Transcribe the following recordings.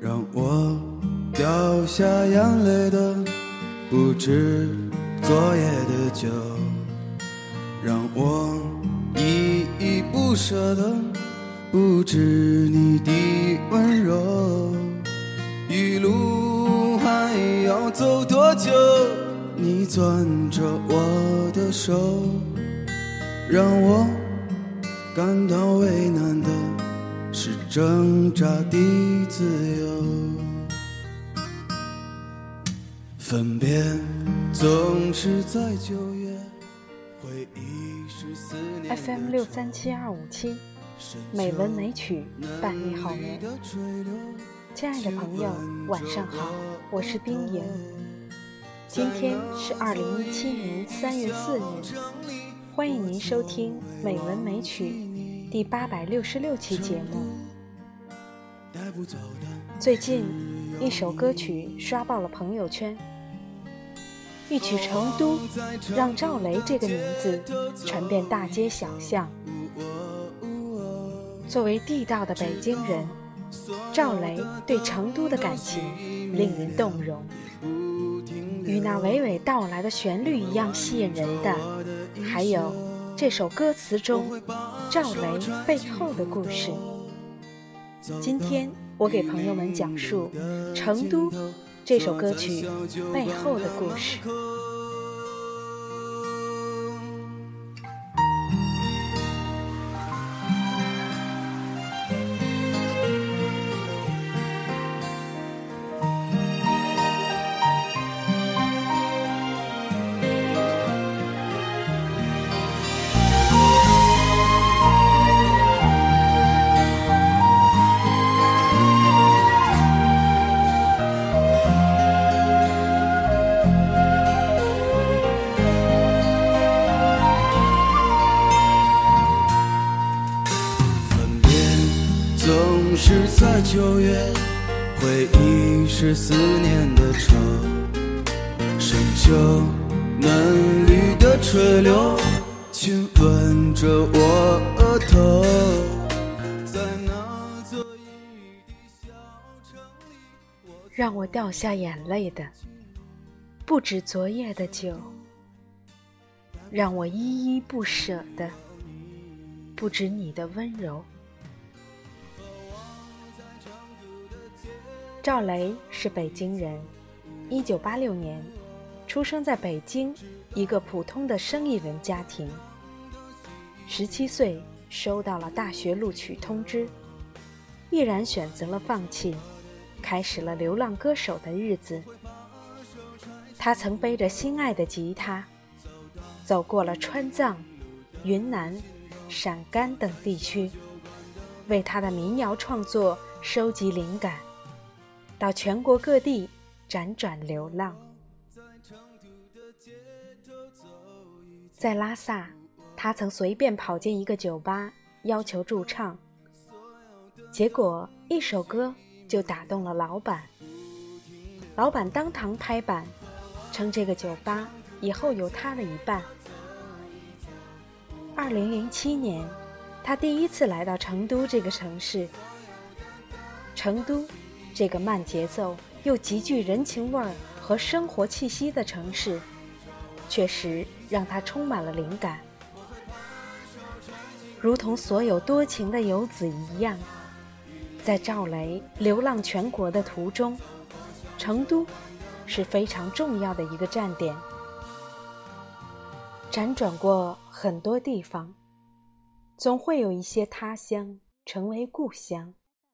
让我掉下眼泪的不止昨夜的酒，让我依依不舍的不止你的温柔。一路还要走多久，你攥着我的手，让我感到为难的是挣扎的自由。分别总是在9月，回忆是思念 FM637257美文美曲伴你好眠。亲爱的朋友，晚上好，我是冰莹。今天是2017年3月4日，欢迎您收听美文美曲第866期节目。最近一首歌曲刷爆了朋友圈，一曲《成都》让赵雷这个名字传遍大街小巷。作为地道的北京人，赵雷对成都的感情令人动容，与那娓娓道来的旋律一样吸引人的，还有这首歌词中赵雷背后的故事。今天我给朋友们讲述《成都》这首歌曲背后的故事。 总是在9月，回忆是思念的愁，深秋嫩绿的垂柳亲吻着我额头，在那座一地小城里， 让我掉下眼泪的不止昨夜的酒，让我依依不舍的不止你的温柔。赵雷是北京人，1986年出生在北京一个普通的生意人家庭。17岁收到了大学录取通知，毅然选择了放弃，开始了流浪歌手的日子。他曾背着心爱的吉他，走过了川藏、云南、陕甘等地区，为他的民谣创作收集灵感，到全国各地辗转流浪。在拉萨，他曾随便跑进一个酒吧要求驻唱，结果一首歌就打动了老板。老板当堂拍板，称这个酒吧以后有他的一半。2007年，他第一次来到成都这个城市。成都这个慢节奏又极具人情味儿和生活气息的城市，确实让他充满了灵感。如同所有多情的游子一样，在赵雷流浪全国的途中，成都是非常重要的一个站点。辗转过很多地方，总会有一些他乡成为故乡。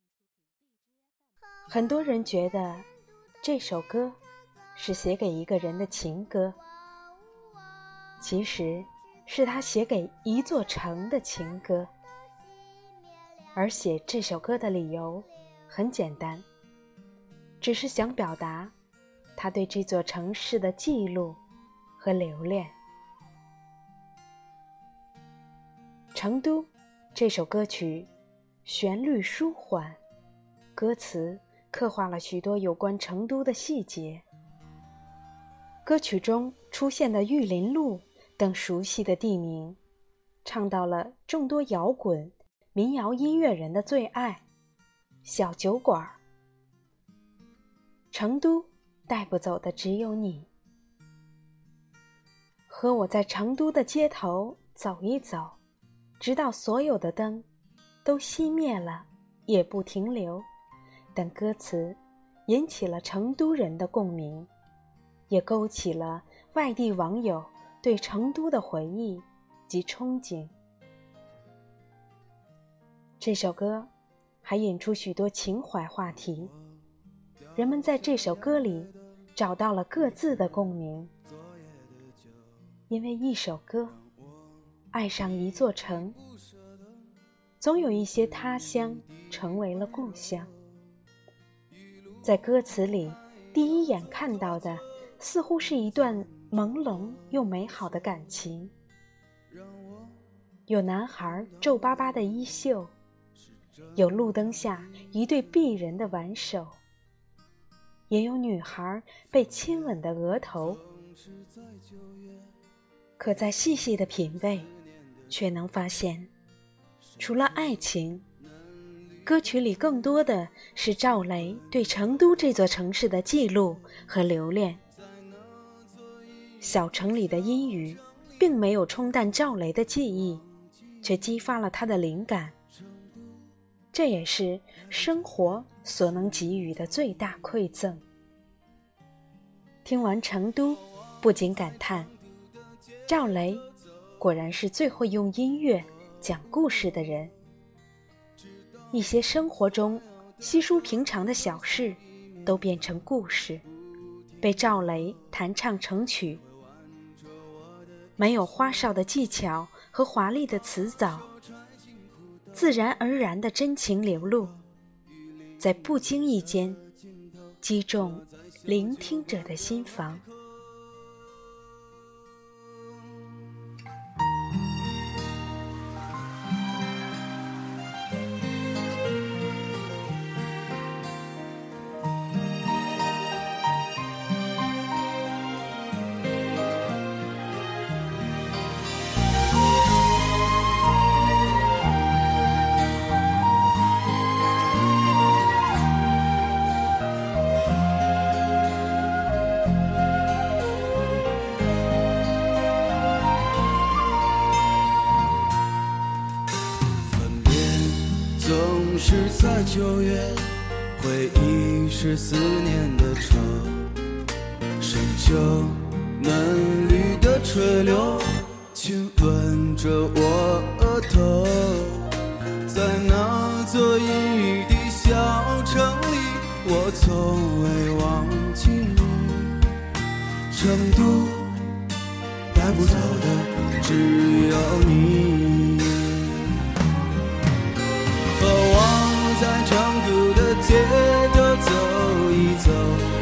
很多人觉得这首歌是写给一个人的情歌，其实是他写给一座城的情歌。而写这首歌的理由很简单，只是想表达他对这座城市的记录和留恋。成都这首歌曲旋律舒缓，歌词刻画了许多有关成都的细节。歌曲中出现的玉林路等熟悉的地名，唱到了众多摇滚、民谣音乐人的最爱——小酒馆。 成都带不走的只有你。和我在成都的街头走一走，直到所有的灯都熄灭了，也不停留。但歌词引起了成都人的共鸣，也勾起了外地网友对成都的回忆及憧憬。这首歌还引出许多情怀话题，人们在这首歌里找到了各自的共鸣。因为一首歌爱上一座城，总有一些他乡成为了故乡。在歌词里，第一眼看到的似乎是一段朦胧又美好的感情。有男孩皱巴巴的衣袖，有路灯下一对璧人的挽手，也有女孩被亲吻的额头。可在细细的品味，却能发现，除了爱情，歌曲里更多的是赵雷对成都这座城市的记录和留恋。小城里的阴雨并没有冲淡赵雷的记忆，却激发了他的灵感。这也是生活所能给予的最大馈赠。听完成都，不禁感叹，赵雷果然是最会用音乐讲故事的人。一些生活中稀疏平常的小事都变成故事，被赵雷弹唱成曲。没有花哨的技巧和华丽的词藻，自然而然的真情流露，在不经意间击中聆听者的心房。 总是在9月，回忆是思念的愁，深秋嫩绿的垂柳亲吻着我额头，在那座阴雨的小城里，我从未忘记你。成都带不走的只有你，和我在成都的街头走一走，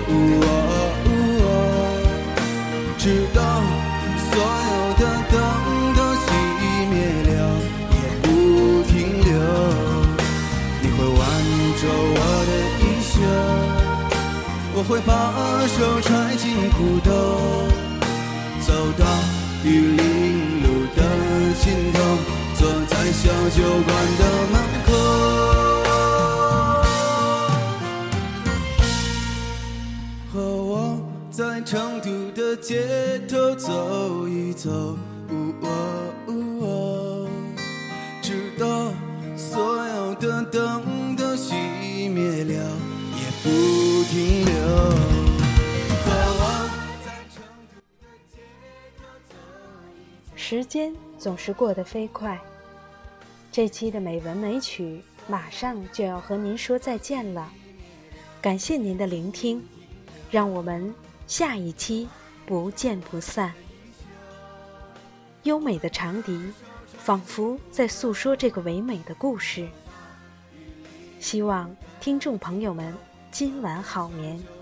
直到所有的灯都熄灭了，也不停留。你会挽着我的衣袖，我会把手揣进裤兜，走到玉林路的尽头，坐在小酒馆的门口，和我在成都的街头走一走，直到所有的灯都熄灭了，也不停留。 时间总是过得飞快，这期的美文美曲马上就要和您说再见了，感谢您的聆听，让我们下一期不见不散。优美的长笛仿佛在诉说这个唯美的故事，希望听众朋友们今晚好眠。